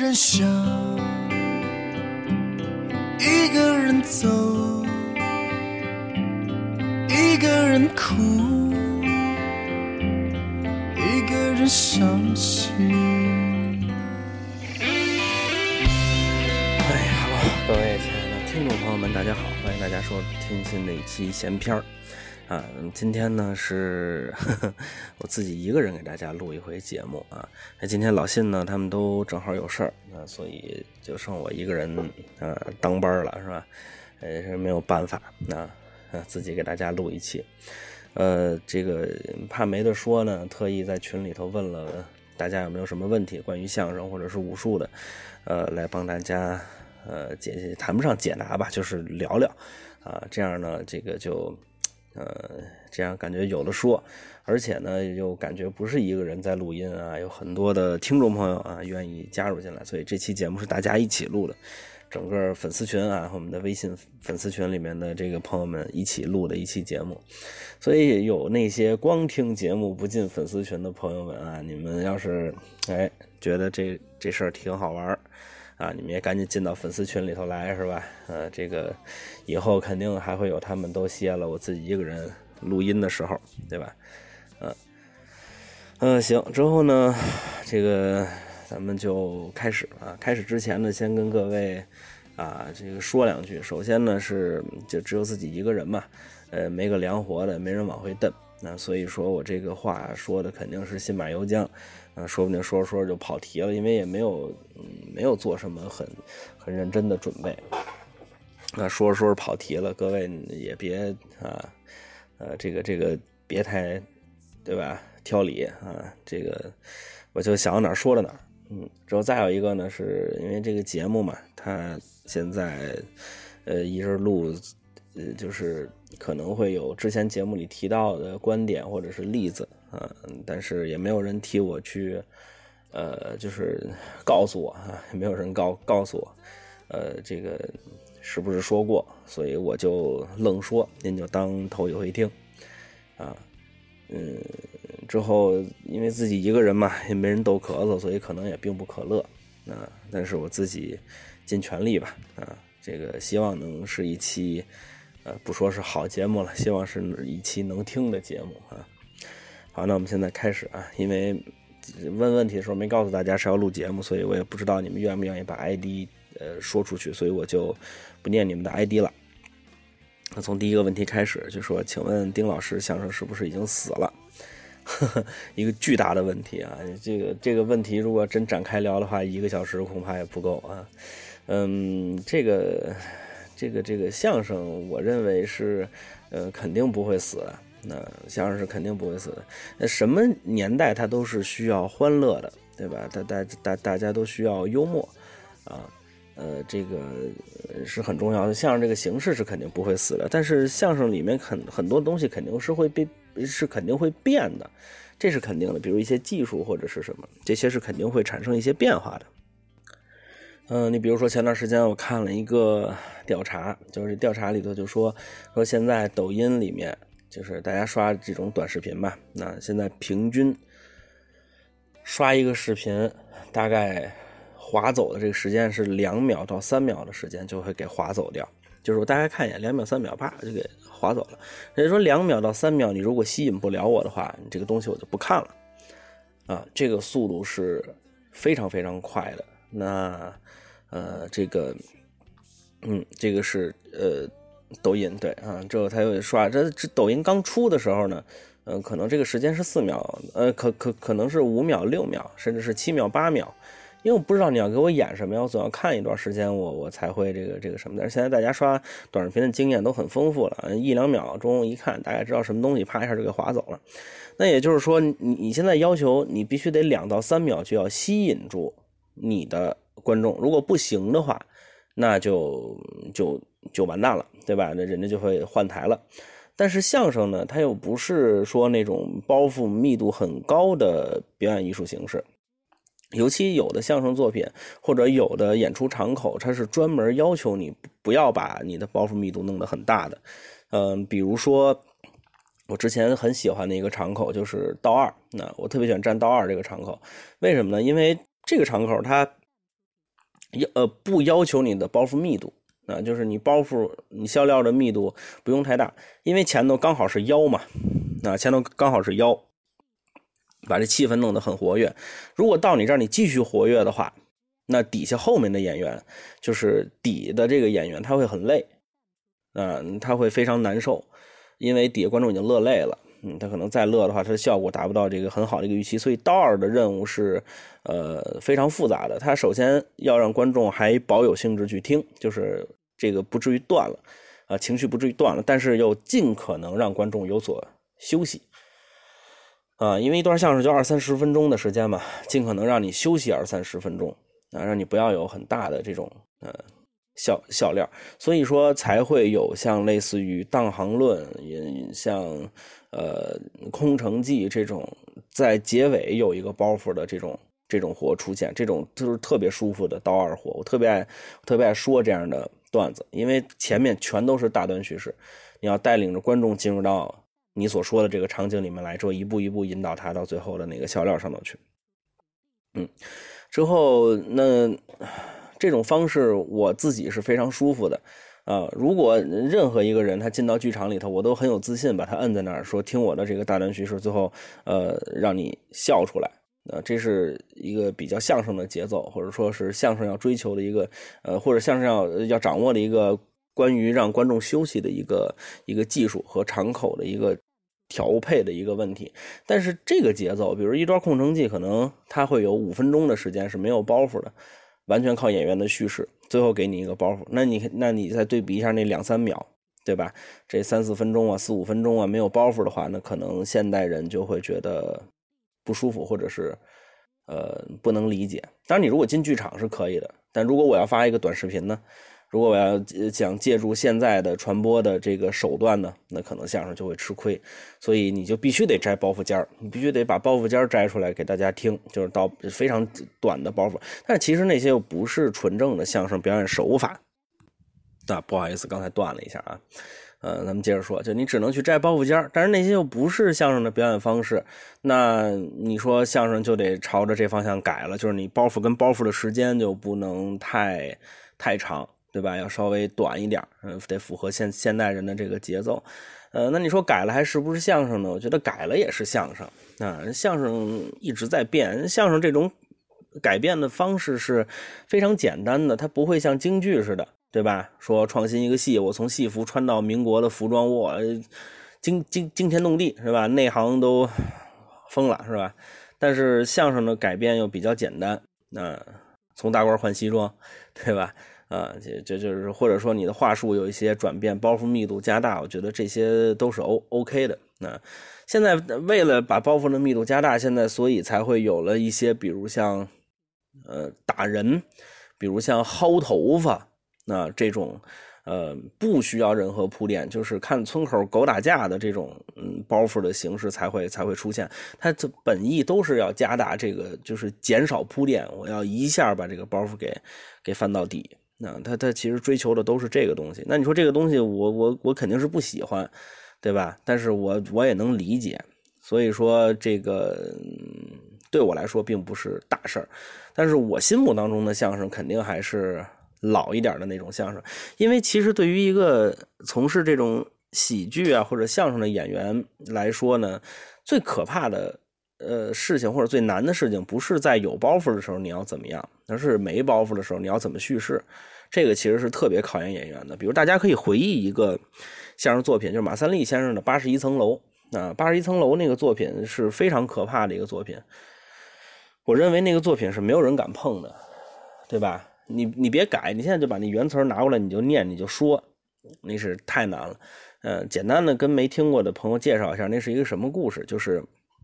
人想，一个人走，一个人哭，一个人伤心。 各位亲爱的听众朋友们，大家好，欢迎大家收听新的一期闲篇啊。今天呢是我自己一个人给大家录一回节目啊。今天老信呢他们都正好有事儿啊，所以就剩我一个人当班了，是吧？也是没有办法自己给大家录一期。这个怕没得说呢，特意在群里头问了大家有没有什么问题关于相声或者是武术的，来帮大家谈不上解答吧，就是聊聊这样呢这个就这样感觉有的说，而且呢又感觉不是一个人在录音啊，有很多的听众朋友愿意加入进来，所以这期节目是大家一起录的，整个粉丝群我们的微信粉丝群里面的这个朋友们一起录的一期节目。所以有那些光听节目不进粉丝群的朋友们你们要是觉得这事儿挺好玩你们也赶紧进到粉丝群里头来，是吧？这个以后肯定还会有他们都歇了，我自己一个人录音的时候，对吧？行，之后呢，这个咱们就开始开始之前呢，先跟各位这个说两句。首先呢是就只有自己一个人嘛，没个凉活的，没人往回蹬。所以说我这个话说的肯定是信马由缰，说不定说着说着就跑题了，因为也没有做什么很认真的准备。说着说着跑题了，各位也别这个别太对吧挑理这个我就想到哪儿说到哪儿。之后再有一个呢，是因为这个节目嘛，它现在一直录，就是可能会有之前节目里提到的观点或者是例子但是也没有人替我去就是告诉我也没有人告诉我这个是不是说过，所以我就愣说，您就当头一回听之后因为自己一个人嘛，也没人逗咳嗽，所以可能也并不可乐但是我自己尽全力吧这个希望能是一期不说是好节目了，希望是一期能听的节目好，那我们现在开始因为问问题的时候没告诉大家是要录节目，所以我也不知道你们愿不愿意把 ID 说出去，所以我就不念你们的 ID 了。那从第一个问题开始，就说请问丁老师相声是不是已经死了？一个巨大的问题这个问题如果真展开聊的话，1个小时恐怕也不够这个相声我认为是肯定不会死的，那相声是肯定不会死的。那什么年代它都是需要欢乐的，对吧？大家都需要幽默这个是很重要的。相声这个形式是肯定不会死的，但是相声里面很多东西肯定是肯定会变的，这是肯定的。比如一些技术或者是什么，这些是肯定会产生一些变化的。你比如说前段时间我看了一个调查，就是调查里头就说现在抖音里面就是大家刷这种短视频嘛，那现在平均刷一个视频大概划走的这个时间是2秒到3秒的时间就会给划走掉，就是我大概看一眼2秒3秒啪就给划走了。也就是说2秒到3秒你如果吸引不了我的话，你这个东西我就不看了这个速度是非常非常快的。那这个是抖音对之后他又刷这抖音刚出的时候呢可能这个时间是4秒可能是5秒6秒甚至是7秒8秒，因为我不知道你要给我演什么呀，我总要看一段时间我才会这个什么。但是现在大家刷短视频的经验都很丰富了，1-2秒钟一看大概知道什么东西，啪一下就给划走了。那也就是说你现在要求你必须得2到3秒就要吸引住你的观众，如果不行的话那就完蛋了，对吧？那人家就会换台了。但是相声呢，它又不是说那种包袱密度很高的表演艺术形式，尤其有的相声作品或者有的演出场口，它是专门要求你不要把你的包袱密度弄得很大的。比如说我之前很喜欢的一个场口就是道二，那我特别喜欢站道二这个场口，为什么呢？因为这个场口它不要求你的包袱密度啊，就是你笑料的密度不用太大，因为前头刚好是腰嘛，前头刚好是腰，把这气氛弄得很活跃。如果到你这儿你继续活跃的话，那底下后面的演员，就是底的这个演员他会很累他会非常难受，因为底下观众已经乐累了。他可能再乐的话，他的效果达不到这个很好的一个预期。所以刀二的任务是非常复杂的。他首先要让观众还保有兴致去听，就是这个不至于断了情绪不至于断了，但是又尽可能让观众有所休息因为一段相声就20-30分钟的时间嘛，尽可能让你休息20-30分钟让你不要有很大的这种笑料，所以说才会有像类似于当行论，像空城计这种在结尾有一个包袱的这种活出现，这种就是特别舒服的刀二活。我特别爱说这样的段子，因为前面全都是大段叙事，你要带领着观众进入到你所说的这个场景里面来，之后一步一步引导他到最后的那个笑料上头去。之后那这种方式我自己是非常舒服的如果任何一个人他进到剧场里头，我都很有自信把他摁在那儿说听我的这个大段叙事，最后让你笑出来这是一个比较相声的节奏，或者说是相声要追求的一个或者相声要掌握的一个关于让观众休息的一个技术和场口的一个调配的一个问题。但是这个节奏，比如一段空城计，可能它会有5分钟的时间是没有包袱的，完全靠演员的叙事，最后给你一个包袱。那你再对比一下那2-3秒，对吧？这3-4分钟4-5分钟没有包袱的话，那可能现代人就会觉得不舒服，或者是不能理解。当然你如果进剧场是可以的，但如果我要发一个短视频呢，如果我要想借助现在的传播的这个手段呢，那可能相声就会吃亏。所以你就必须得摘包袱尖，你必须得把包袱尖摘出来给大家听，就是到非常短的包袱。但是其实那些又不是纯正的相声表演手法不好意思刚才断了一下咱们接着说，就你只能去摘包袱尖，但是那些又不是相声的表演方式，那你说相声就得朝着这方向改了，就是你包袱跟包袱的时间就不能太长，对吧？要稍微短一点得符合现代人的这个节奏那你说改了还是不是相声呢？我觉得改了也是相声相声一直在变，相声这种改变的方式是非常简单的，它不会像京剧似的，对吧？说创新一个戏，我从戏服穿到民国的服装，我惊天动地，是吧？内行都疯了，是吧？但是相声的改变又比较简单从大褂换西装，对吧？就是或者说你的话术有一些转变，包袱密度加大，我觉得这些都是 OK 的现在为了把包袱的密度加大，现在所以才会有了一些比如像打人，比如像薅头发这种不需要任何铺垫，就是看村口狗打架的这种包袱的形式才会出现。它的本意都是要加大这个，就是减少铺垫，我要一下把这个包袱给翻到底。他其实追求的都是这个东西。那你说这个东西我肯定是不喜欢，对吧？但是我也能理解，所以说这个对我来说并不是大事儿。但是我心目当中的相声肯定还是老一点的那种相声，因为其实对于一个从事这种喜剧或者相声的演员来说呢，最可怕的事情或者最难的事情不是在有包袱的时候你要怎么样，而是没包袱的时候你要怎么叙事。这个其实是特别考验演员的。比如大家可以回忆一个相声作品，就是马三立先生的81层楼81层楼那个作品是非常可怕的一个作品，我认为那个作品是没有人敢碰的，对吧？你别改，你现在就把那原词拿过来，你就念你就说，那是太难了。简单的跟没听过的朋友介绍一下，那是一个什么故事，就是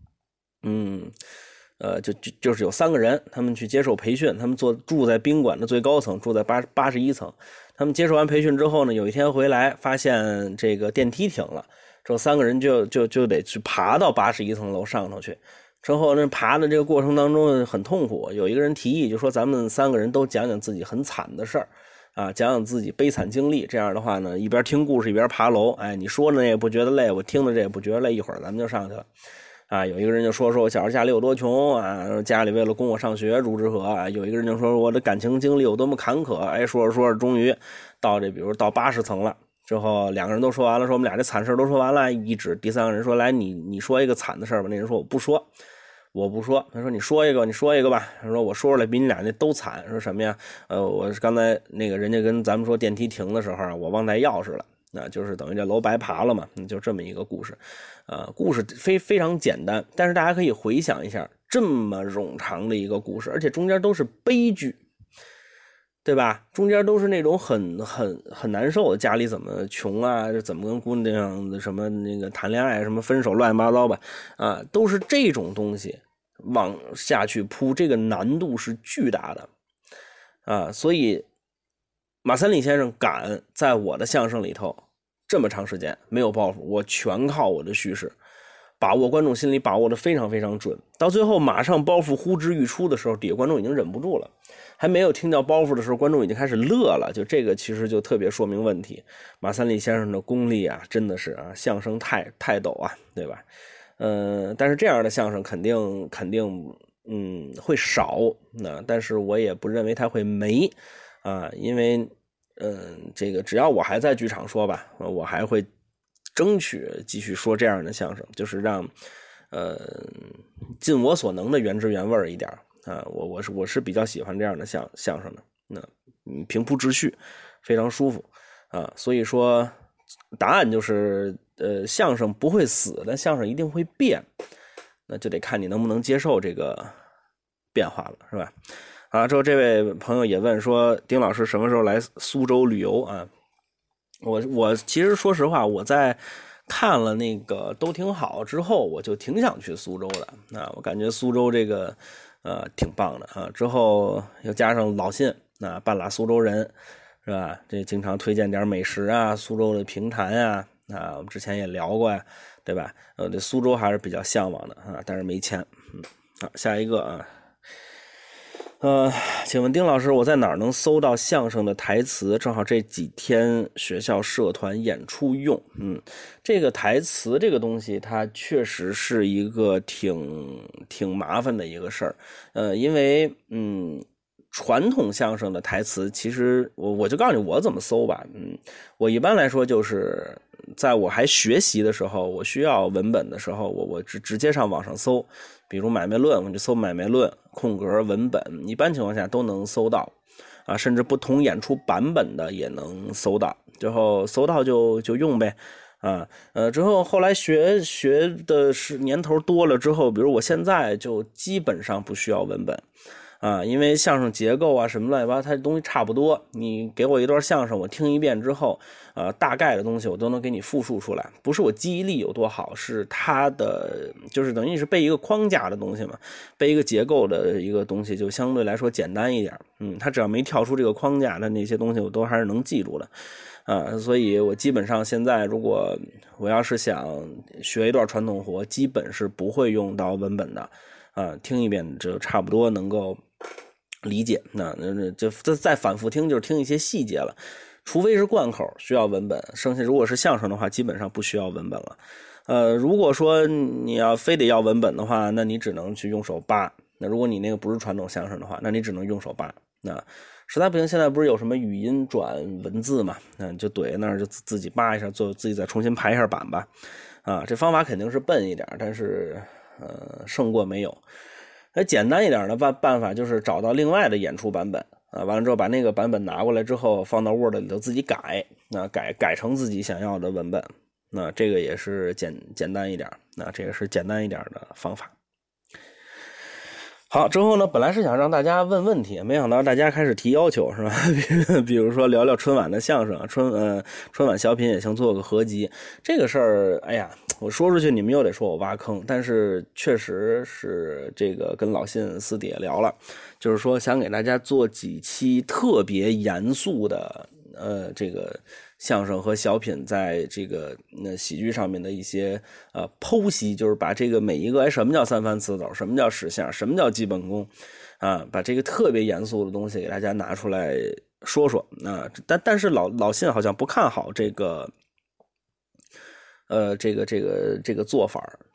就是有3个人，他们去接受培训，他们住在宾馆的最高层，住在81层。他们接受完培训之后呢，有一天回来发现这个电梯停了，这3个人就得去爬到81层楼上头去。之后呢，爬的这个过程当中很痛苦，有一个人提议就说咱们3个人都讲讲自己很惨的事儿讲讲自己悲惨经历，这样的话呢，一边听故事一边爬楼，你说呢也不觉得累，我听的这也不觉得累，一会儿咱们就上去了啊，有一个人就说我小时候家里有多穷啊，家里为了供我上学如之何啊，有一个人就说我的感情经历有多么坎坷，哎，说着说着终于到比如到80层了。之后两个人都说完了，说我们俩这惨事都说完了，一指第三个人说来你说一个惨的事吧。那人说我不说。他说你说一个吧。他说我说出来比你俩那都惨。说什么呀？我刚才那个人家跟咱们说电梯停的时候我忘带钥匙了，那就是等于这楼白爬了嘛。就这么一个故事。故事非常简单，但是大家可以回想一下，这么冗长的一个故事，而且中间都是悲剧。对吧？中间都是那种很难受的，家里怎么穷啊，怎么跟姑娘什么那个谈恋爱，什么分手，乱七八糟吧，啊，都是这种东西往下去铺，这个难度是巨大的，啊，所以马三立先生敢在我的相声里头这么长时间没有包袱，我全靠我的叙事。把握观众心理把握的非常非常准，到最后马上包袱呼之欲出的时候，底下观众已经忍不住了，还没有听到包袱的时候，观众已经开始乐了，就这个其实就特别说明问题。马三立先生的功力啊，真的是啊，相声太陡啊，对吧？但是这样的相声肯定会少，但是我也不认为他会没啊，因为这个只要我还在剧场说吧，我还会争取继续说这样的相声，就是让尽我所能的原汁原味一点啊。我是比较喜欢这样的相声的，那平铺直叙，非常舒服啊。所以说答案就是相声不会死，但相声一定会变，那就得看你能不能接受这个变化了，是吧？啊，之后这位朋友也问说，丁老师什么时候来苏州旅游啊？我其实说实话，我在看了那个都挺好之后，我就挺想去苏州的啊。我感觉苏州这个挺棒的啊。之后又加上老信半拉苏州人是吧？这经常推荐点美食啊，苏州的评弹啊，我们之前也聊过呀，对吧？对苏州还是比较向往的啊，但是没钱。好，下一个啊。请问丁老师，我在哪儿能搜到相声的台词？正好这几天学校社团演出用。这个台词这个东西，它确实是一个挺麻烦的一个事儿。因为传统相声的台词，其实我就告诉你我怎么搜吧。我一般来说就是在我还学习的时候，我需要文本的时候，我直接上网上搜。比如买卖论，我就搜买卖论空格文本，一般情况下都能搜到啊，甚至不同演出版本的也能搜到，之后搜到就用呗啊。之后后来学的是年头多了之后，比如我现在就基本上不需要文本啊，因为相声结构啊什么乱七八糟，它东西差不多。你给我一段相声，我听一遍之后，大概的东西我都能给你复述出来。不是我记忆力有多好，是它的就是等于是背一个框架的东西嘛，背一个结构的一个东西就相对来说简单一点。它只要没跳出这个框架，那些东西我都还是能记住的啊。所以我基本上现在如果我要是想学一段传统活，基本是不会用到文本的啊，听一遍就差不多能够理解。那就再反复听，就是听一些细节了，除非是贯口需要文本，剩下如果是相声的话，基本上不需要文本了。如果说你要非得要文本的话，那你只能去用手扒。那如果你那个不是传统相声的话，那你只能用手扒。那实在不行，现在不是有什么语音转文字嘛？那你就怼那儿就自己扒一下，自己再重新排一下版吧。啊，这方法肯定是笨一点，但是胜过没有。简单一点的办法就是找到另外的演出版本啊，完了之后把那个版本拿过来之后放到 Word 里头自己改，改成自己想要的文本，那这个也是简单一点，那这个是简单一点的方法。好，之后呢，本来是想让大家问问题，没想到大家开始提要求，是吧？比如说聊聊春晚的相声，春晚小品也想做个合集，这个事儿，哎呀，我说出去你们又得说我挖坑，但是确实是这个跟老信私底下聊了，就是说想给大家做几期特别严肃的这个相声和小品在这个喜剧上面的一些剖析，就是把这个每一个什么叫三番四抖，什么叫实相，什么叫基本功啊，把这个特别严肃的东西给大家拿出来说说啊。但是老信好像不看好这个这个做法，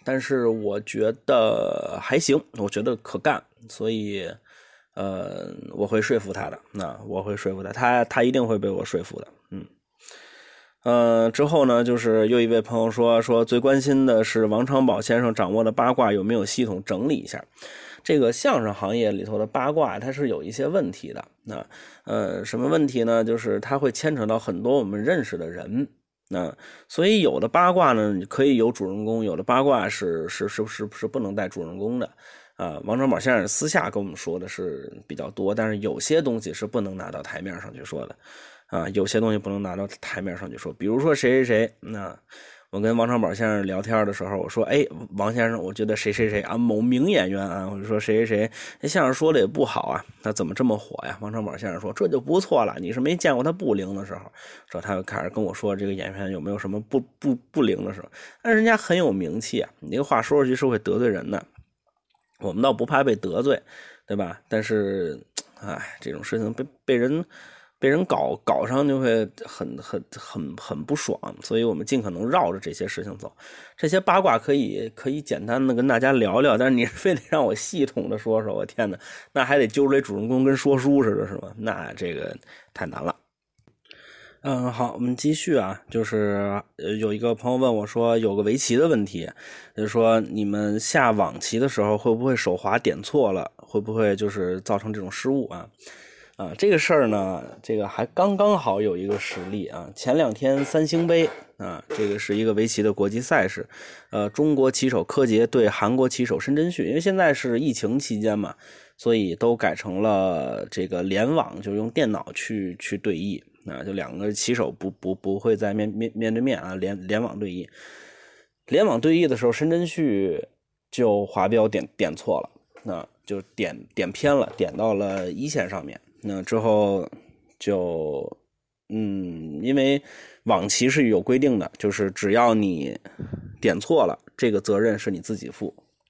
但是我觉得还行，我觉得可干，所以我会说服他的，我会说服他一定会被我说服的。之后呢，就是又一位朋友说最关心的是王长宝先生掌握的八卦有没有系统整理一下。这个相声行业里头的八卦它是有一些问题的，什么问题呢？就是它会牵扯到很多我们认识的人，所以有的八卦呢可以有主人公，有的八卦是不能带主人公的。王长宝先生私下跟我们说的是比较多，但是有些东西是不能拿到台面上去说的。有些东西不能拿到台面上去说，比如说谁谁谁，我跟王长宝先生聊天的时候，我说，王先生，我觉得谁谁谁啊，某名演员啊，或者说谁谁谁，那相声说的也不好啊，他怎么这么火呀？王长宝先生说，这就不错了，你是没见过他不灵的时候。说他又开始跟我说这个演员有没有什么不灵的时候，但是人家很有名气啊，你这个话说出去是会得罪人的，我们倒不怕被得罪，对吧？但是，这种事情被人搞上就会很不爽，所以我们尽可能绕着这些事情走。这些八卦可以简单的跟大家聊聊，但是你非得让我系统的说，我天哪，那还得揪出来主人公跟说书似的，是吗？那这个太难了。好，我们继续啊，就是有一个朋友问我说有个围棋的问题，就是说你们下网棋的时候会不会手滑点错了，会不会就是造成这种失误啊？这个事儿呢，这个还刚好有一个实例啊。前2天三星杯啊，这个是一个围棋的国际赛事，中国棋手柯洁对韩国棋手申真谞，因为现在是疫情期间嘛，所以都改成了这个联网，就用电脑去对弈啊，就2个棋手不会再面对面啊，联网对弈。联网对弈的时候，申真谞就滑标点错了，就点偏了，点到了1线上面。那之后就因为网棋是有规定的，就是只要你点错了，这个责任是你自己负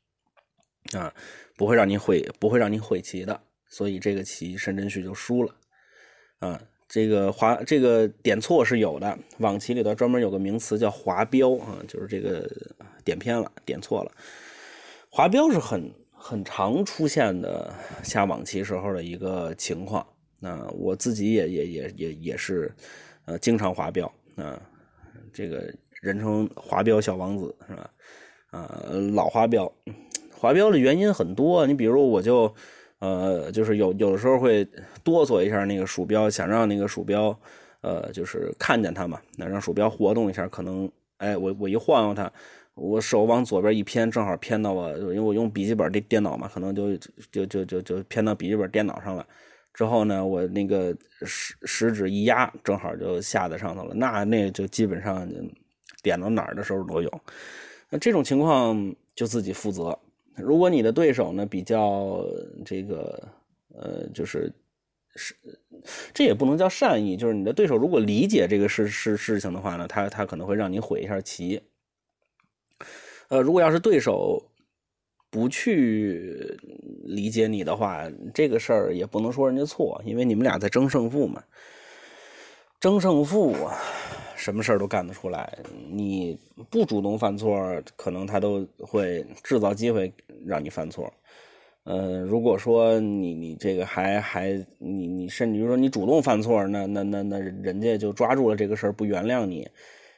不会让你毁棋的，所以这个棋申真谞就输了这个点错是有的，网棋里头专门有个名词叫滑标就是这个点偏了，点错了。滑标是很常出现的下网棋时候的一个情况，我自己也是经常滑标这个人称滑标小王子是吧？老滑标的原因很多，你比如我就是有的时候会哆嗦一下那个鼠标，想让那个鼠标就是看见它嘛，让鼠标活动一下，可能我一晃悠它，我手往左边一偏，正好偏到因为我用笔记本电脑嘛，可能就偏到笔记本电脑上了。之后呢，我那个食指一压，正好就下在上头了。那就基本上点到哪儿的时候都有。那这种情况就自己负责。如果你的对手呢比较这个就是这也不能叫善意，就是你的对手如果理解这个事情的话呢，他可能会让你毁一下棋。如果要是对手不去理解你的话，这个事儿也不能说人家错，因为你们俩在争胜负嘛。争胜负什么事儿都干得出来，你不主动犯错，可能他都会制造机会让你犯错。如果说你这个你甚至于说你主动犯错，那人家就抓住了这个事儿不原谅你，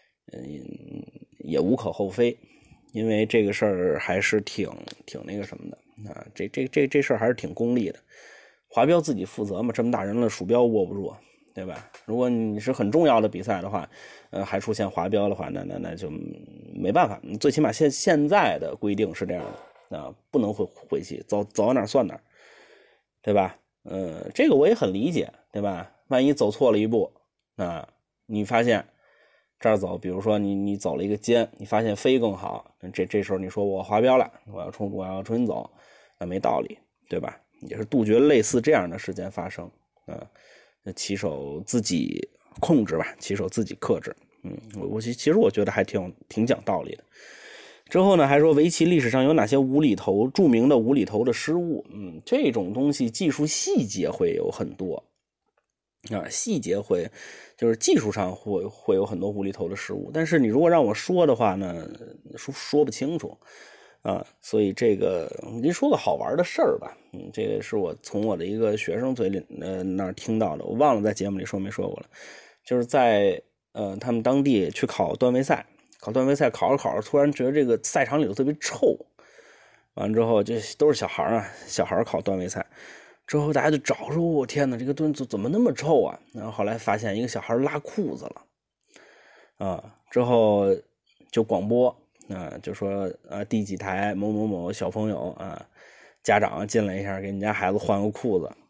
也无可厚非，因为这个事儿还是挺那个什么的这事儿还是挺功利的。滑标自己负责嘛，这么大人了，鼠标握不住，对吧？如果你是很重要的比赛的话，还出现滑标的话，那就没办法。最起码现在的规定是这样的不能毁棋，走到哪儿算哪儿，对吧？这个我也很理解，对吧？万一走错了一步你发现这儿走，比如说你走了一个尖，你发现飞更好，这时候你说我滑标了，我要重新走，那没道理，对吧？也是杜绝类似这样的事件发生那棋手自己控制吧，棋手自己克制。其实我觉得还挺讲道理的。之后呢，还说围棋历史上有哪些著名的无厘头的失误。这种东西技术细节会有很多。 细节就是技术上会有很多无厘头的失误，但是你如果让我说的话呢，说不清楚所以这个我跟你说个好玩的事儿吧，这个是我从我的一个学生嘴里那儿听到的，我忘了在节目里说没说过了，就是在他们当地去考段位赛，考着考着，突然觉得这个赛场里头特别臭，完了之后这都是小孩考段位赛。之后大家就找说，我天哪，这个墩怎么那么臭啊？然后后来发现一个小孩拉裤子了，之后就广播就说第几台某某某小朋友家长进来一下，给你家孩子换个裤子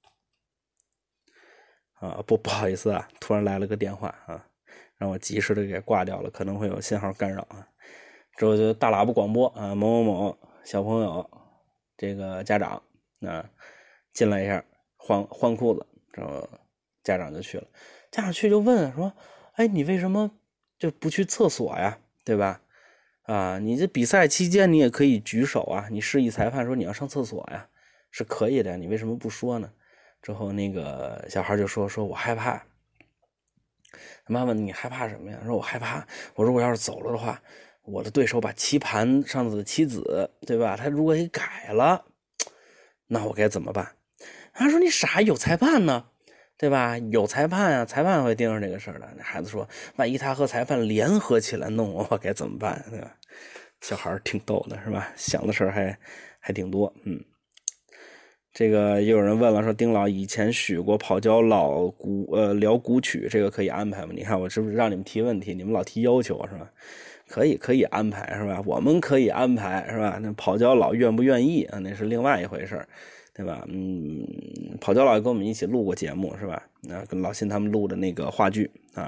不好意思突然来了个电话让我及时的给挂掉了，可能会有信号干扰之后就大喇叭广播某某某小朋友这个家长进来一下换裤子，然后家长就去了，家长去就问说，哎，你为什么就不去厕所呀，对吧？你这比赛期间你也可以举手你示意裁判说你要上厕所呀，是可以的，你为什么不说呢？之后那个小孩就说我害怕。他妈问你害怕什么呀？说我害怕，我如果要是走了的话，我的对手把棋盘上的棋子，对吧？他如果给改了，那我该怎么办？他说你傻，有裁判呢，对吧？有裁判裁判会盯着这个事儿的。那孩子说，万一他和裁判联合起来弄我该怎么办？对吧？小孩挺逗的，是吧？想的事儿还挺多。这个也有人问了，说丁老以前许过跑焦老聊古曲，这个可以安排吗？你看我是不是让你们提问题，你们老提要求是吧？可以安排是吧？我们可以安排是吧？那跑焦老愿不愿意那是另外一回事对吧？跑焦老也跟我们一起录过节目是吧？跟老辛他们录的那个话剧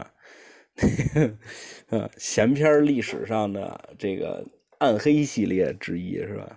闲篇历史上的这个暗黑系列之一是吧？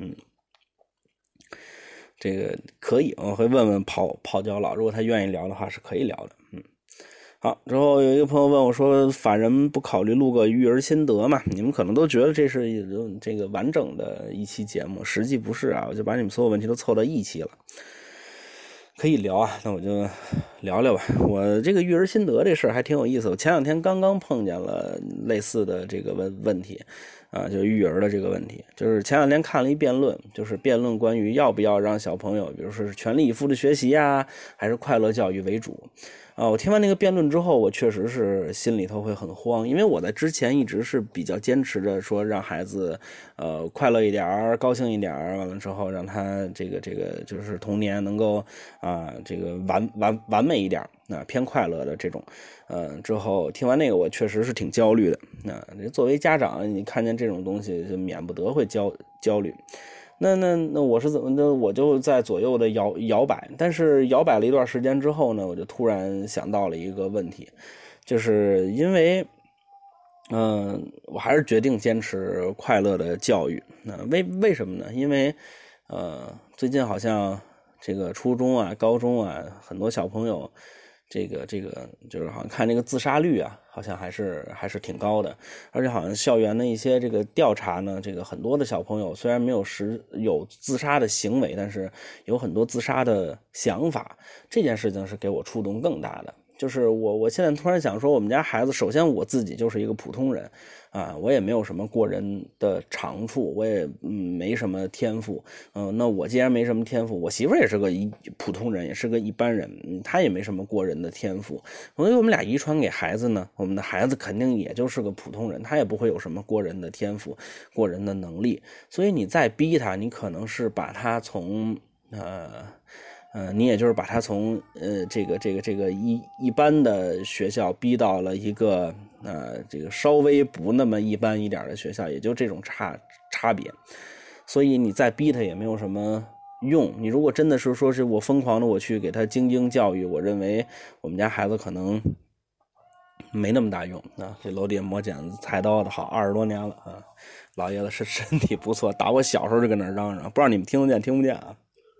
这个可以，我会问问跑焦老，如果他愿意聊的话是可以聊的。好，之后有一个朋友问我说，法人不考虑录个育儿心得嘛？你们可能都觉得这是这个完整的一期节目，实际不是我就把你们所有问题都凑到一期了。可以聊那我就聊聊吧。我这个育儿心得这事儿还挺有意思，我前两天刚刚碰见了类似的这个问题就是育儿的这个问题。就是前两天看了一辩论，就是辩论关于要不要让小朋友比如说是全力以赴的学习还是快乐教育为主我听完那个辩论之后，我确实是心里头会很慌，因为我在之前一直是比较坚持着说让孩子快乐一点高兴一点完了之后让他这个就是童年能够这个完美一点偏快乐的这种之后听完那个我确实是挺焦虑的作为家长你看见这种东西就免不得会焦虑。那我是怎么的？我就在左右的摇摆，但是摇摆了一段时间之后呢，我就突然想到了一个问题，就是因为我还是决定坚持快乐的教育。为什么呢？因为最近好像这个初中高中很多小朋友这个就是好像看这个自杀率好像还是挺高的，而且好像校园的一些这个调查呢，这个很多的小朋友虽然没有有自杀的行为，但是有很多自杀的想法，这件事情是给我触动更大的。就是我现在突然想说，我们家孩子，首先我自己就是一个普通人我也没有什么过人的长处，我也没什么天赋那我既然没什么天赋，我媳妇也是个普通人，也是个一般人她也没什么过人的天赋，所以我们俩遗传给孩子呢，我们的孩子肯定也就是个普通人，他也不会有什么过人的天赋过人的能力，所以你再逼他，你可能是把他从你也就是把他从这个一般的学校逼到了一个这个稍微不那么一般一点的学校，也就这种差别，所以你再逼他也没有什么用。你如果真的是说是我疯狂的我去给他精英教育，我认为我们家孩子可能没那么大用这楼底下磨剪子菜刀的好20多年了老爷子是身体不错，打我小时候就跟那嚷嚷，不知道你们听得见听不见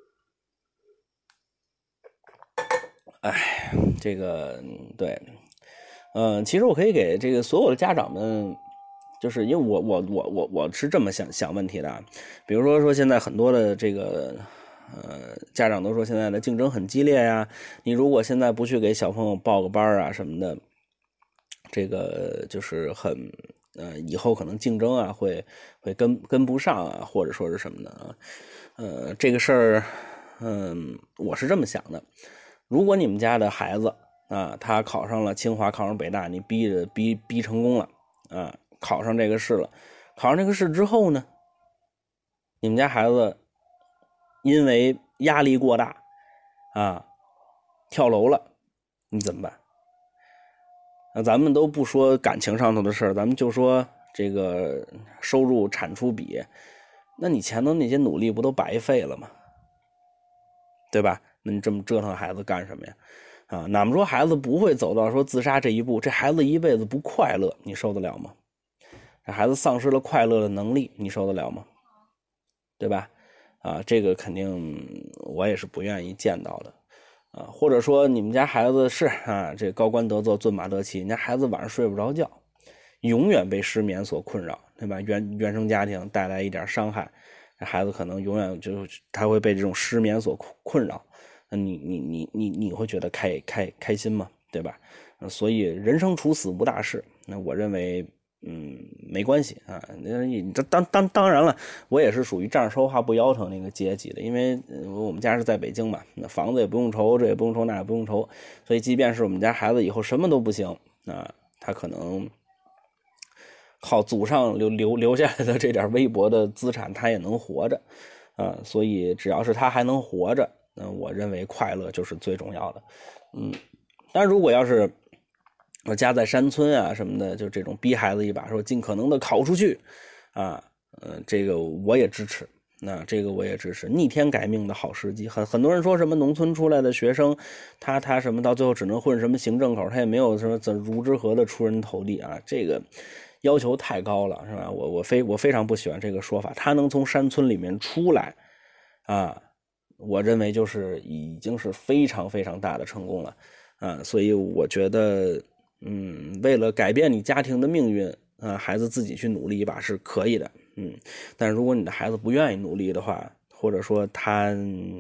这个对其实我可以给这个所有的家长们，就是因为我是这么想问题的比如说现在很多的这个家长都说现在的竞争很激烈呀，你如果现在不去给小朋友报个班啊什么的，这个就是很以后可能竞争啊会跟不上啊，或者说是什么的啊。这个事儿我是这么想的，如果你们家的孩子啊他考上了清华，考上北大，你逼成功了啊，考上这个试了，考上这个试之后呢，你们家孩子因为压力过大啊跳楼了，你怎么办？咱们都不说感情上头的事儿，咱们就说这个收入产出比，那你前头那些努力不都白费了吗？对吧？那你这么折腾孩子干什么呀？啊，哪么说孩子不会走到说自杀这一步，这孩子一辈子不快乐，你受得了吗？这孩子丧失了快乐的能力，你受得了吗？对吧？啊，这个肯定我也是不愿意见到的。啊，或者说你们家孩子是啊，这高官得坐，尊马得骑，人家孩子晚上睡不着觉，永远被失眠所困扰，对吧？原生家庭带来一点伤害，孩子可能永远他会被这种失眠所困扰，那你会觉得开心吗？对吧？所以人生处死无大事，那我认为没关系啊。当然了，我也是属于站着说话不腰疼那个阶级的，因为我们家是在北京嘛，那房子也不用愁，这也不用愁，那也不用愁，所以即便是我们家孩子以后什么都不行啊，他可能靠祖上留下来的这点微薄的资产，他也能活着啊。所以只要是他还能活着，那我认为快乐就是最重要的。但如果要是我家在山村啊什么的，就这种逼孩子一把，说尽可能的考出去啊，这个我也支持。那这个我也支持，逆天改命的好时机。很多人说什么农村出来的学生，他什么到最后只能混什么行政口，他也没有什么如之何的出人头地啊，这个要求太高了，是吧？我非常不喜欢这个说法。他能从山村里面出来啊，我认为就是已经是非常非常大的成功了啊，所以我觉得为了改变你家庭的命运啊，孩子自己去努力一把是可以的，但如果你的孩子不愿意努力的话，或者说他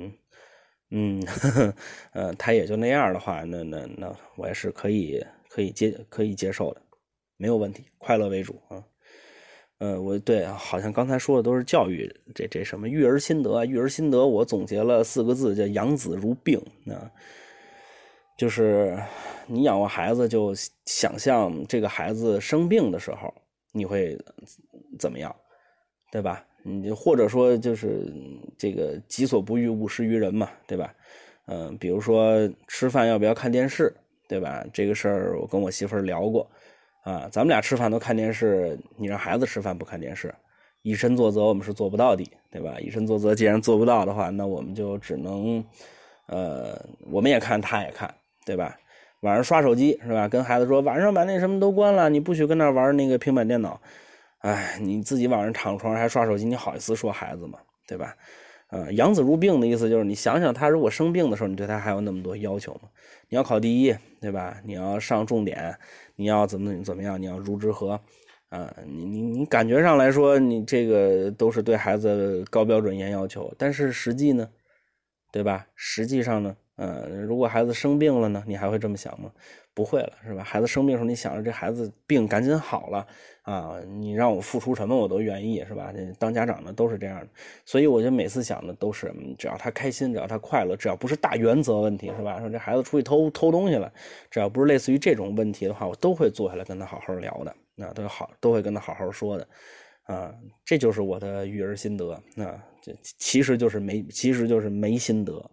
他也就那样的话，那我也是可以接受的，没有问题，快乐为主啊。对，好像刚才说的都是教育，这什么育儿心得，育儿心得我总结了4个字，叫养子如病啊。就是你养活孩子，就想象这个孩子生病的时候你会怎么样，对吧？你或者说就是这个己所不欲勿施于人嘛，对吧？比如说吃饭要不要看电视，对吧？这个事儿我跟我媳妇儿聊过啊，咱们俩吃饭都看电视，你让孩子吃饭不看电视，以身作则我们是做不到的，对吧？以身作则既然做不到的话，那我们就只能我们也看他也看，对吧？晚上刷手机是吧？跟孩子说晚上把那什么都关了，你不许跟那玩那个平板电脑。哎，你自己晚上躺床上还刷手机，你好意思说孩子吗？对吧？养子如病的意思就是你想想他如果生病的时候，你对他还有那么多要求吗？你要考第一，对吧？你要上重点，你要怎么样？你要如之何啊？你感觉上来说，你这个都是对孩子高标准严要求，但是实际呢，对吧？实际上呢？如果孩子生病了呢，你还会这么想吗？不会了，是吧？孩子生病的时候，你想着这孩子病赶紧好了啊，你让我付出什么我都愿意，是吧？当家长的都是这样的，所以我就每次想的都是，只要他开心，只要他快乐，只要不是大原则问题，是吧？说这孩子出去偷东西了，只要不是类似于这种问题的话，我都会坐下来跟他好好聊的，都会跟他好好说的。啊，这就是我的育儿心得啊，这其实就是没心得。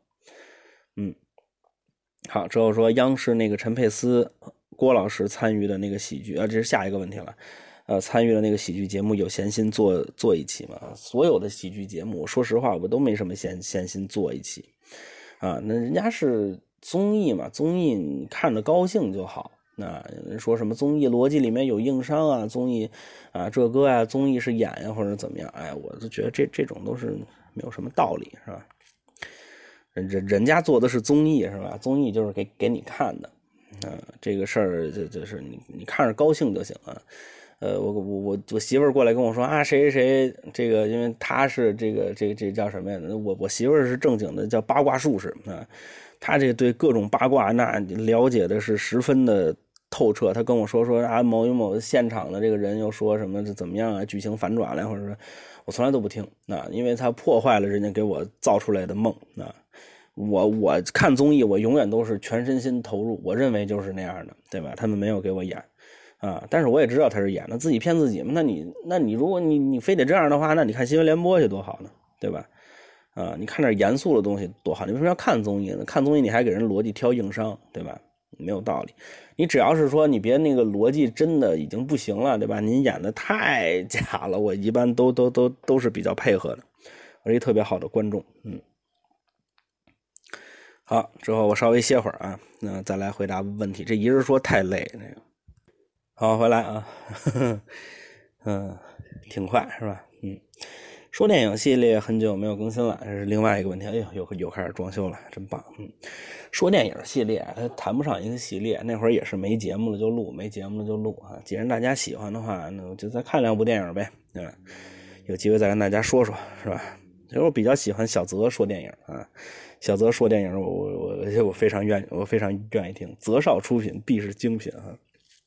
好，之后说央视那个陈佩斯郭老师参与的那个喜剧这是下一个问题了。参与了那个喜剧节目，有闲心做一期吗？所有的喜剧节目，说实话我都没什么闲心做一期啊。那人家是综艺嘛，综艺你看着高兴就好。那人说什么综艺逻辑里面有硬伤啊，综艺啊这个啊，综艺是演呀或者怎么样？哎，我就觉得这种都是没有什么道理，是吧？人家做的是综艺，是吧？综艺就是给你看的，这个事儿就是你看着高兴就行了。 我媳妇儿过来跟我说啊，谁谁谁这个，因为他是这叫什么呀？我媳妇儿是正经的叫八卦术士啊，他这对各种八卦那了解的是十分的透彻。他跟我说啊，某现场的这个人又说什么怎么样啊，剧情反转了，或者说我从来都不听啊，因为他破坏了人家给我造出来的梦啊。我看综艺，我永远都是全身心投入，我认为就是那样的，对吧？他们没有给我演啊，但是我也知道他是演的，自己骗自己嘛。那你如果你非得这样的话，那你看新闻联播去多好呢，对吧？啊，你看点严肃的东西多好，你为什么要看综艺呢？看综艺你还给人逻辑挑硬伤，对吧？没有道理。你只要是说你别那个逻辑真的已经不行了，对吧？您演的太假了，我一般都是比较配合的，我是一特别好的观众，好，之后我稍微歇会儿啊，那再来回答问题。这一人说太累，这个好回来啊，挺快是吧？说电影系列很久没有更新了，这是另外一个问题。哎呦，又开始装修了，真棒。说电影系列它谈不上一个系列，那会儿也是没节目了就录，没节目了就录啊。既然大家喜欢的话，那我就再看2部电影呗，对吧？有机会再跟大家说说，是吧？其实我比较喜欢小泽说电影啊。小泽说电影，我非常愿意听。泽少出品必是精品啊！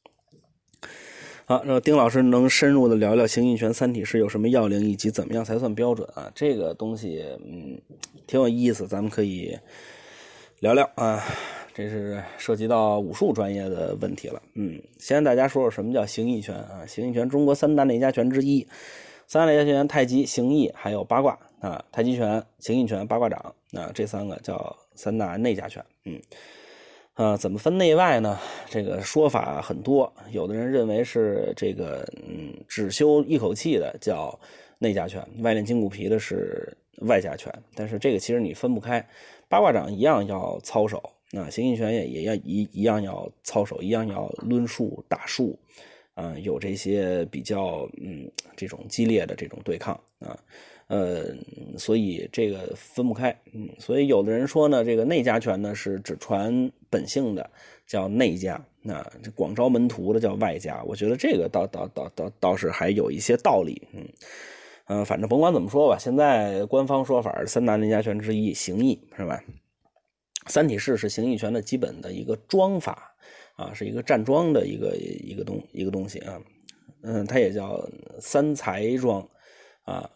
好，那丁老师能深入的聊聊形意拳三体式有什么要领，以及怎么样才算标准啊？这个东西挺有意思，咱们可以聊聊啊。这是涉及到武术专业的问题了。先跟大家说说什么叫形意拳啊？形意拳中国3大内家拳之一，三大内家拳太极、形意还有八卦啊。太极拳、形意拳、八卦掌啊，这3个叫3大内家拳。怎么分内外呢？这个说法很多，有的人认为是这个只修一口气的叫内家拳，外练筋骨皮的是外家拳，但是这个其实你分不开。八卦掌一样要操手，形意拳也要一样要操手，一样要抡树打树有这些比较这种激烈的这种对抗啊。所以这个分不开，所以有的人说呢，这个内家拳呢是只传本性的，叫内家，这广招门徒的叫外家。我觉得这个倒是还有一些道理，反正甭管怎么说吧，现在官方说法3大内家拳之一，形意是吧？三体式是形意拳的基本的一个桩法啊，是一个站桩的一个东西啊，它也叫三才桩啊。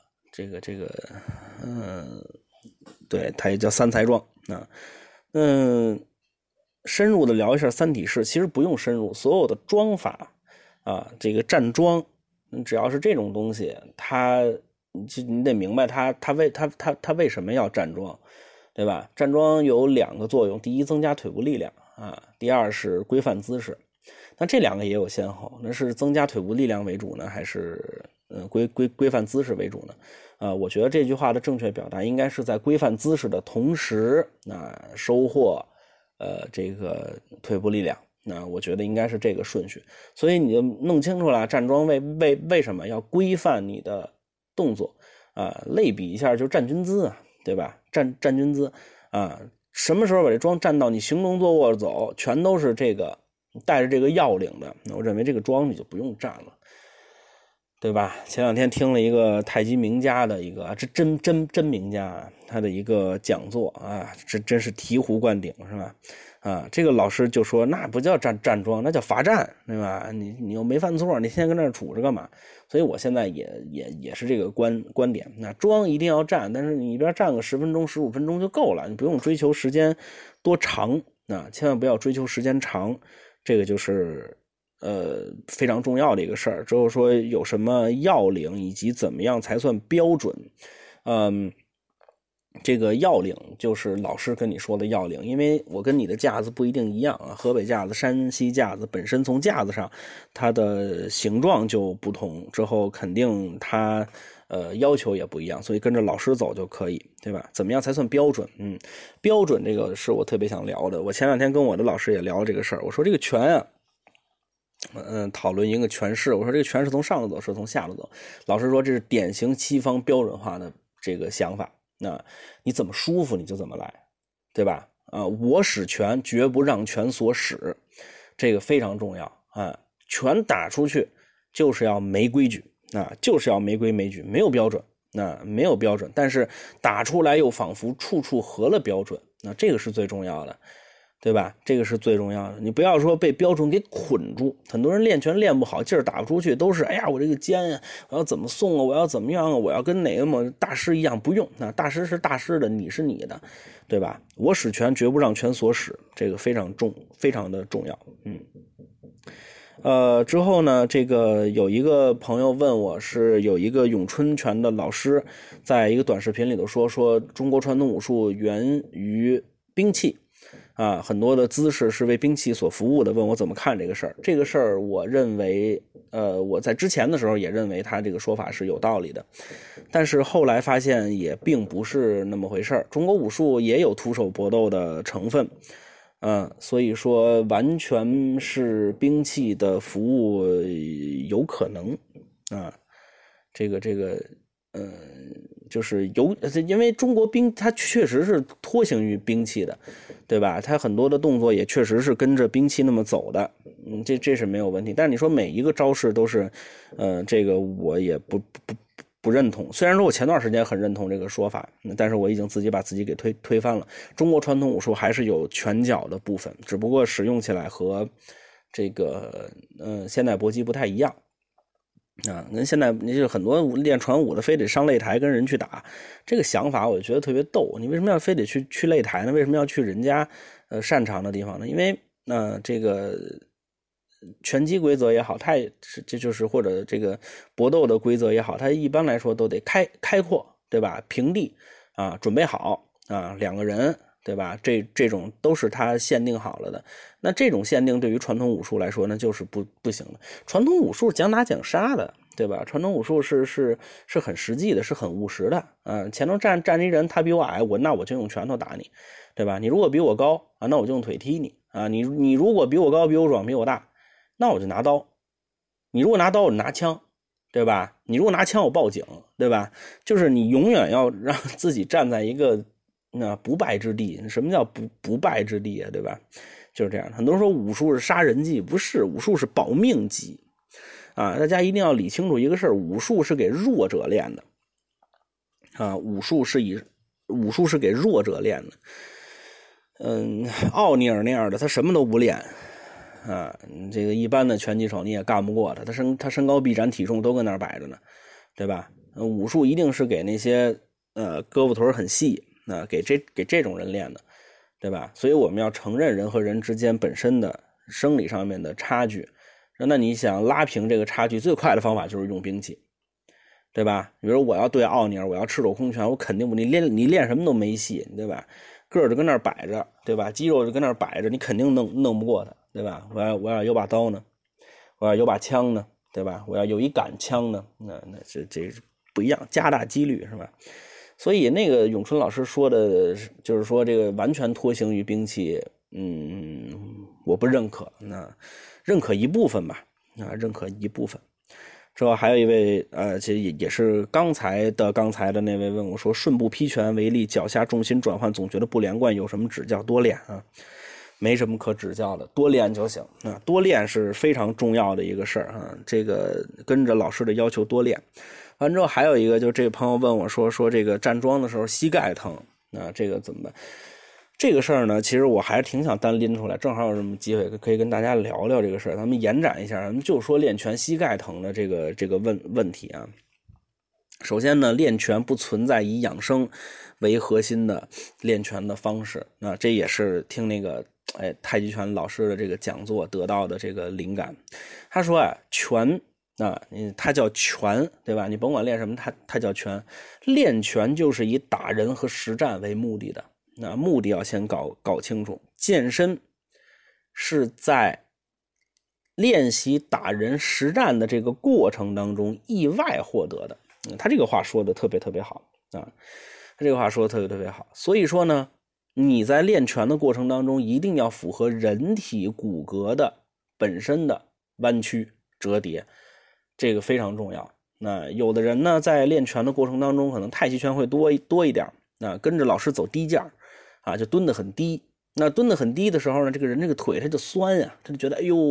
对，它也叫三才桩啊。深入的聊一下三体式，其实不用深入，所有的桩法啊，这个站桩，只要是这种东西，你得明白它为什么要站桩，对吧？站桩有2个作用，第一增加腿部力量啊，第二是规范姿势。那这2个也有先后，那是增加腿部力量为主呢，还是规范姿势为主呢？我觉得这句话的正确表达应该是在规范姿势的同时收获这个腿部力量。我觉得应该是这个顺序。所以你就弄清楚了站桩为什么要规范你的动作类比一下就站军姿对吧？站军姿什么时候把这桩站到你行动坐卧走全都是这个带着这个要领的，我认为这个桩你就不用站了，对吧？前2天听了一个太极名家的一个这真名家他的一个讲座这真是醍醐灌顶是吧？这个老师就说那不叫站桩，那叫罚站，对吧？你又没犯错，你现在跟那儿杵着干嘛？所以我现在也是这个观点，那桩一定要站，但是你一边站个10分钟15分钟就够了，你不用追求时间多长千万不要追求时间长，这个就是非常重要的一个事儿。之后说有什么要领以及怎么样才算标准，这个要领就是老师跟你说的要领，因为我跟你的架子不一定一样河北架子、山西架子本身从架子上它的形状就不同，之后肯定它要求也不一样，所以跟着老师走就可以，对吧？怎么样才算标准？标准这个是我特别想聊的。我前2天跟我的老师也聊了这个事儿，我说这个拳讨论一个拳式，我说这个拳是从上头走是从下头走，老师说这是典型西方标准化的这个想法，你怎么舒服你就怎么来，对吧？我使拳绝不让拳所使，这个非常重要拳打出去就是要没规矩就是要没规没矩，没有标准没有标准，但是打出来又仿佛处处合了标准，这个是最重要的，对吧？这个是最重要的。你不要说被标准给捆住，很多人练拳练不好，劲儿打不出去，都是哎呀我这个肩呀，我要怎么送啊，我要怎么样啊，我要跟哪个大师一样，不用，大师是大师的，你是你的，对吧？我使拳绝不让拳所使，这个非常的重要。之后呢，这个有一个朋友问我，是有一个咏春拳的老师在一个短视频里头说中国传统武术源于兵器很多的姿势是为兵器所服务的，问我怎么看这个事儿。这个事儿我认为我在之前的时候也认为他这个说法是有道理的，但是后来发现也并不是那么回事儿。中国武术也有徒手搏斗的成分所以说完全是兵器的服务有可能这个就是因为中国兵它确实是托形于兵器的，对吧？它很多的动作也确实是跟着兵器那么走的，这是没有问题。但是你说每一个招式都是这个我也不认同，虽然说我前段时间很认同这个说法，但是我已经自己把自己给推翻了。中国传统武术还是有拳脚的部分，只不过使用起来和这个现代搏击不太一样跟现在你就很多练传武的非得上擂台跟人去打，这个想法我觉得特别逗。你为什么要非得去擂台呢？为什么要去人家擅长的地方呢？因为这个拳击规则也好，这就是或者这个搏斗的规则也好，它一般来说都得开阔，对吧？平地准备好两个人，对吧？这种都是它限定好了的。那这种限定对于传统武术来说呢，就是不行的。传统武术讲打讲杀的，对吧？传统武术是很实际的，是很务实的前头站一人，他比我矮，那我就用拳头打你，对吧？你如果比我高那我就用腿踢你你如果比我高，比我壮，比我大，那我就拿刀。你如果拿刀，我就拿枪，对吧？你如果拿枪，我报警，对吧？就是你永远要让自己站在一个不败之地。什么叫不败之地对吧？就是这样。很多人说武术是杀人技，不是，武术是保命技大家一定要理清楚一个事儿，武术是给弱者练的武术是给弱者练的。奥尼尔那样的他什么都不练这个一般的拳击手你也干不过他，他身高臂展体重都跟那儿摆着呢，对吧？武术一定是给那些胳膊腿很细给这种人练的，对吧？所以我们要承认人和人之间本身的生理上面的差距。那你想拉平这个差距，最快的方法就是用兵器，对吧？比如我要对奥尼尔，我要赤手空拳，我肯定不，你练什么都没戏，对吧？个儿就跟那儿摆着，对吧？肌肉就跟那儿摆着，你肯定弄不过他，对吧？我要有把刀呢，我要有把枪呢，对吧？我要有一杆枪呢，那这不一样，加大几率是吧？所以那个咏春老师说的，就是说这个完全托形于兵器，我不认可，认可一部分吧，认可一部分。之后还有一位其实也是刚才的那位问我说，顺步劈拳为例，脚下重心转换总觉得不连贯，有什么指教？多练没什么可指教的，多练就行多练是非常重要的一个事儿这个跟着老师的要求多练。完之后还有一个，就这个朋友问我说这个站桩的时候膝盖疼这个怎么办？这个事儿呢，其实我还是挺想单拎出来，正好有这么机会可以跟大家聊聊这个事儿，咱们延展一下，咱们就说练拳膝盖疼的这个问题首先呢，练拳不存在以养生为核心的练拳的方式，这也是听那个太极拳老师的这个讲座得到的这个灵感。他说拳它叫拳，对吧？你甭管练什么，它叫拳。练拳就是以打人和实战为目的的。目的要先搞清楚，健身是在练习打人实战的这个过程当中意外获得的。他这个话说的特别特别好他这个话说的特别特别好。所以说呢，你在练拳的过程当中一定要符合人体骨骼的本身的弯曲折叠，这个非常重要。那有的人呢，在练拳的过程当中，可能太极拳会多一点，跟着老师走低架就蹲得很低。那蹲得很低的时候呢，这个人这个腿他就酸他就觉得哎呦，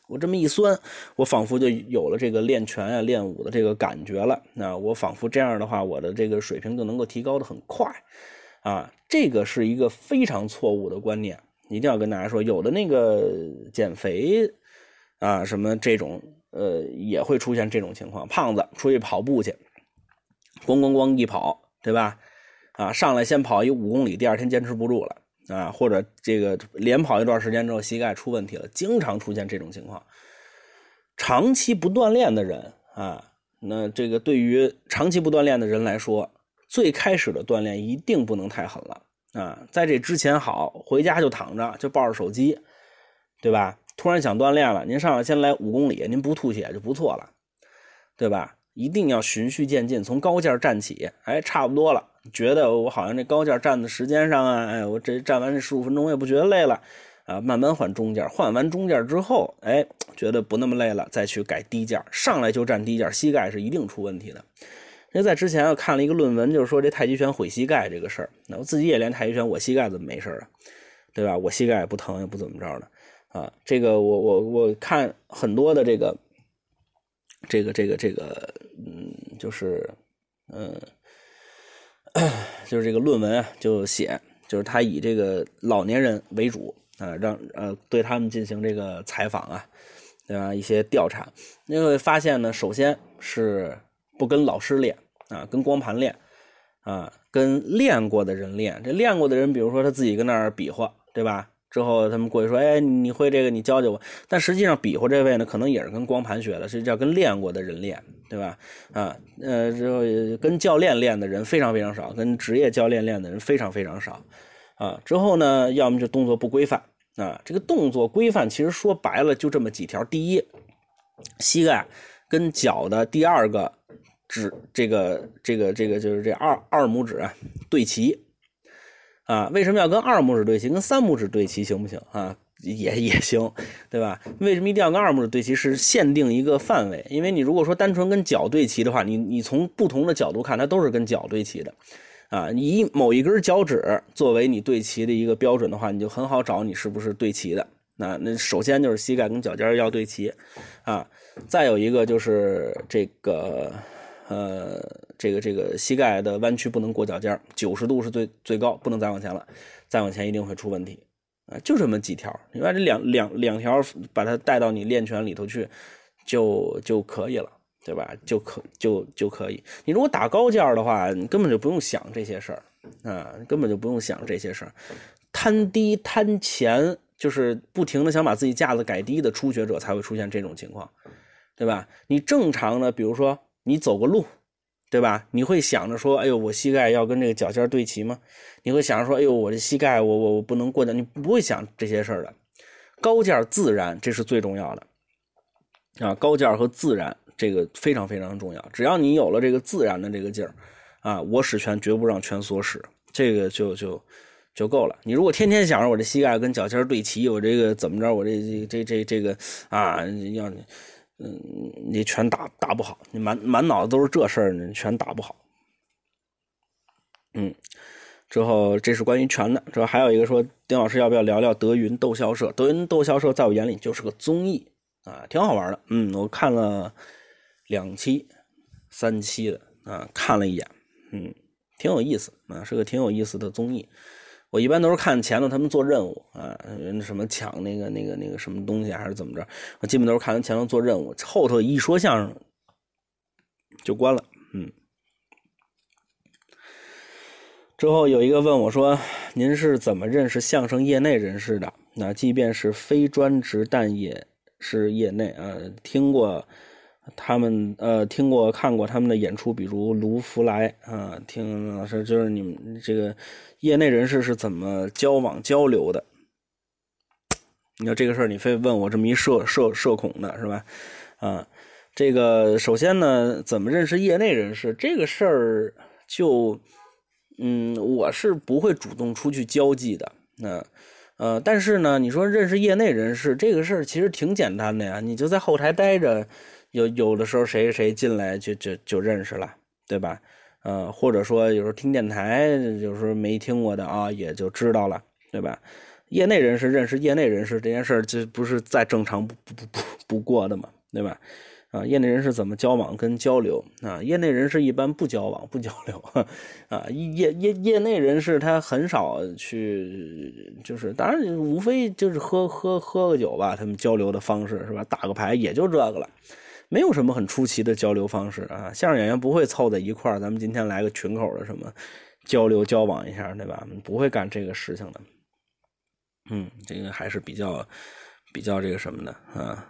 我这么一酸，我仿佛就有了这个练拳啊、练武的这个感觉了。那我仿佛这样的话，我的这个水平就能够提高的很快啊。这个是一个非常错误的观念，一定要跟大家说。有的那个减肥啊什么这种也会出现这种情况，胖子出去跑步去，咣咣咣一跑，对吧？啊，上来先跑一5公里，第二天坚持不住了。啊，或者这个连跑一段时间之后膝盖出问题了，经常出现这种情况。长期不锻炼的人啊，那这个对于长期不锻炼的人来说，最开始的锻炼一定不能太狠了啊。在这之前好，回家就躺着，就抱着手机，对吧？突然想锻炼了，您上来先来5公里，您不吐血就不错了，对吧？一定要循序渐进，从高件站起，哎，差不多了。觉得我好像这高件站的时间上啊，哎，我这站完这15分钟我也不觉得累了啊，慢慢换中件，换完中件之后，哎，觉得不那么累了，再去改低件，上来就站低件，膝盖是一定出问题的。因为在之前我看了一个论文，就是说这太极拳毁膝盖这个事儿。那我自己也练太极拳，我膝盖怎么没事啊？对吧？我膝盖也不疼，也不怎么着的啊。这个我看很多的就是就是这个论文啊，就写，就是他以这个老年人为主啊，对他们进行这个采访啊，对吧？一些调查，你会发现呢，首先是不跟老师练啊，跟光盘练啊，跟练过的人练。这练过的人，比如说他自己跟那儿比划，对吧？之后他们过去说，哎，你会这个，你教教我。但实际上比划这位呢，可能也是跟光盘学的，是叫跟练过的人练，对吧？啊，之后跟教练练的人非常非常少，跟职业教练练的人非常非常少，啊。之后呢，要么就动作不规范啊。这个动作规范其实说白了就这么几条：第一，膝盖跟脚的第二个指，这个就是这二拇指啊对齐。啊，为什么要跟2拇指对齐？跟3拇指对齐行不行啊？也行，对吧？为什么一定要跟2拇指对齐？是限定一个范围，因为你如果说单纯跟脚对齐的话，你从不同的角度看，它都是跟脚对齐的，啊，你以某一根脚趾作为你对齐的一个标准的话，你就很好找你是不是对齐的。那首先就是膝盖跟脚尖要对齐，啊，再有一个就是这个。这个膝盖的弯曲不能过脚尖，90度是最高，不能再往前了，再往前一定会出问题啊！就这么几条，你把这两条把它带到你练拳里头去，就可以了，对吧？就可以。你如果打高件的话，你根本就不用想这些事儿啊，根本就不用想这些事儿，摊低摊前，就是不停的想把自己架子改低的初学者才会出现这种情况，对吧？你正常的，比如说你走个路，对吧？你会想着说，哎呦，我膝盖要跟这个脚尖对齐吗？你会想着说，哎呦，我这膝盖我不能过脚，你不会想这些事儿的。高件自然，这是最重要的啊！高件和自然这个非常非常重要。只要你有了这个自然的这个劲儿啊，我使拳绝不让拳所使，这个就够了。你如果天天想着我这膝盖跟脚尖对齐，我这个怎么着，我这个啊，要你拳打不好，你满脑子都是这事儿，你拳打不好。之后这是关于拳的。之后还有一个说，丁老师要不要聊聊德云逗笑社？德云逗笑社在我眼里就是个综艺啊，挺好玩的。我看了2期、3期的啊，看了一眼，挺有意思啊，是个挺有意思的综艺。我一般都是看前头他们做任务啊，什么抢那个什么东西还是怎么着，我基本都是看他前头做任务，后头一说相声就关了。之后有一个问我说，您是怎么认识相声业内人士的？那即便是非专职，但也是业内啊，听过他们听过看过他们的演出，比如卢福来啊，听老师就是你们这个业内人士是怎么交往交流的？你要这个事儿，你非问我这么一社恐的是吧？啊，这个首先呢，怎么认识业内人士这个事儿就我是不会主动出去交际的。但是呢，你说认识业内人士这个事儿其实挺简单的呀，你就在后台待着。有的时候谁进来就认识了，对吧？或者说有时候听电台，有时候没听过的啊，也就知道了，对吧？业内人士认识业内人士这件事儿，就不是再正常不过的嘛，对吧？啊，业内人士怎么交往跟交流啊？业内人士一般不交往不交流啊，业内人士他很少去，就是当然无非就是喝个酒吧，他们交流的方式是吧？打个牌也就这个了，没有什么很出奇的交流方式啊。相声演员不会凑在一块儿，咱们今天来个群口的什么交流交往一下，对吧？不会干这个事情的。这个还是比较这个什么的啊。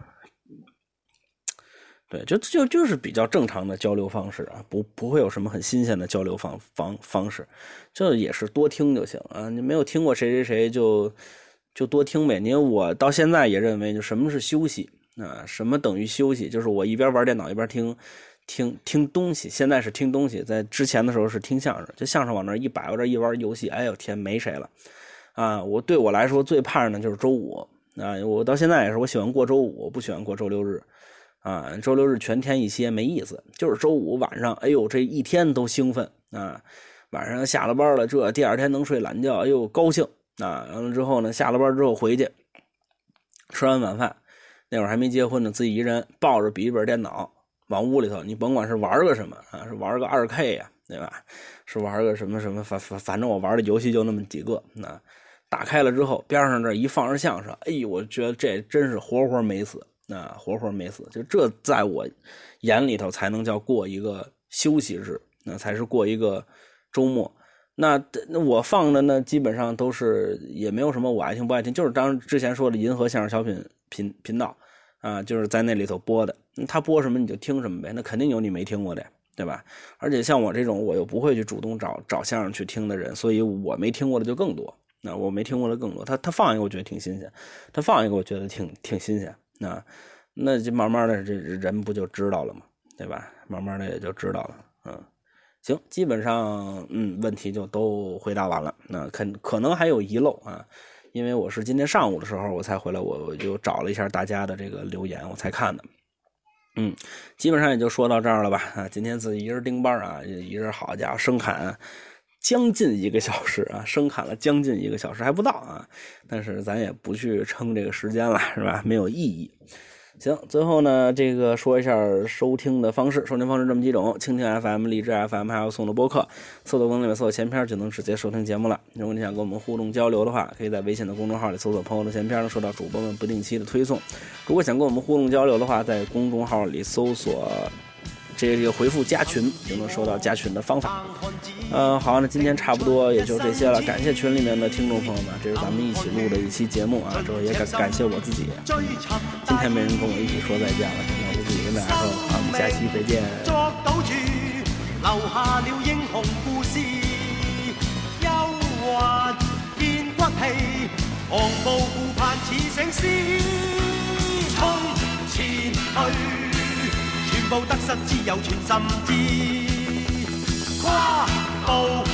对，就是比较正常的交流方式啊，不会有什么很新鲜的交流方式，这也是多听就行啊。你没有听过谁就多听呗。因为我到现在也认为，就什么是休息啊？什么等于休息？就是我一边玩电脑一边听东西。现在是听东西，在之前的时候是听相声，就相声往那一摆，我这一玩游戏，哎呦天，没谁了啊！对我来说最怕的就是周五啊，我到现在也是，我喜欢过周五，我不喜欢过周六日。啊，周六日全天一歇没意思，就是周五晚上，哎呦，这一天都兴奋啊！晚上下了班了，这第二天能睡懒觉，哎呦，高兴啊！完了之后呢，下了班之后回去，吃完晚饭，那会儿还没结婚呢，自己一人抱着笔记本电脑往屋里头，你甭管是玩个什么啊，是玩个2K 呀，对吧？是玩个什么，反正我玩的游戏就那么几个，那打开了之后，边上这一放着相声，哎呦，我觉得这真是活没死。活没死，就这在我眼里头才能叫过一个休息日，那才是过一个周末。那我放的呢，基本上都是也没有什么我爱听不爱听，就是之前说的银河相声小品频道啊，就是在那里头播的。他播什么你就听什么呗，那肯定有你没听过的，对吧？而且像我这种我又不会去主动找相声去听的人，所以我没听过的就更多。那我没听过的更多，他放一个我觉得挺新鲜，他放一个我觉得挺新鲜。那就慢慢的这人不就知道了吗？对吧？慢慢的也就知道了。行，基本上问题就都回答完了。那可能还有遗漏啊，因为我是今天上午的时候我才回来，我就找了一下大家的这个留言，我才看的。基本上也就说到这儿了吧。啊，今天自己一人盯班啊，一人好家伙生砍将近1个小时啊，生砍了将近1个小时还不到啊，但是咱也不去撑这个时间了，是吧？没有意义。行，最后呢，这个说一下收听的方式。收听方式这么几种：蜻蜓 FM、荔枝 FM， 还有送的播客。搜索功能里面搜索前篇就能直接收听节目了。如果你想跟我们互动交流的话，可以在微信的公众号里搜索朋友的前篇，能收到主播们不定期的推送。如果想跟我们互动交流的话，在公众号里搜索这个回复加群，就能收到加群的方法。好，那今天差不多也就这些了。感谢群里面的听众朋友们，这是咱们一起录的一期节目啊，之后也感谢我自己。今天没人跟我一起说再见了，那我自己跟大家说，好，我们下期再见。 作賭注，留下了英雄故事，憂鬱見骨氣，昂步顧盼似醒獅，衝前去。全部得失之有全心知，跨步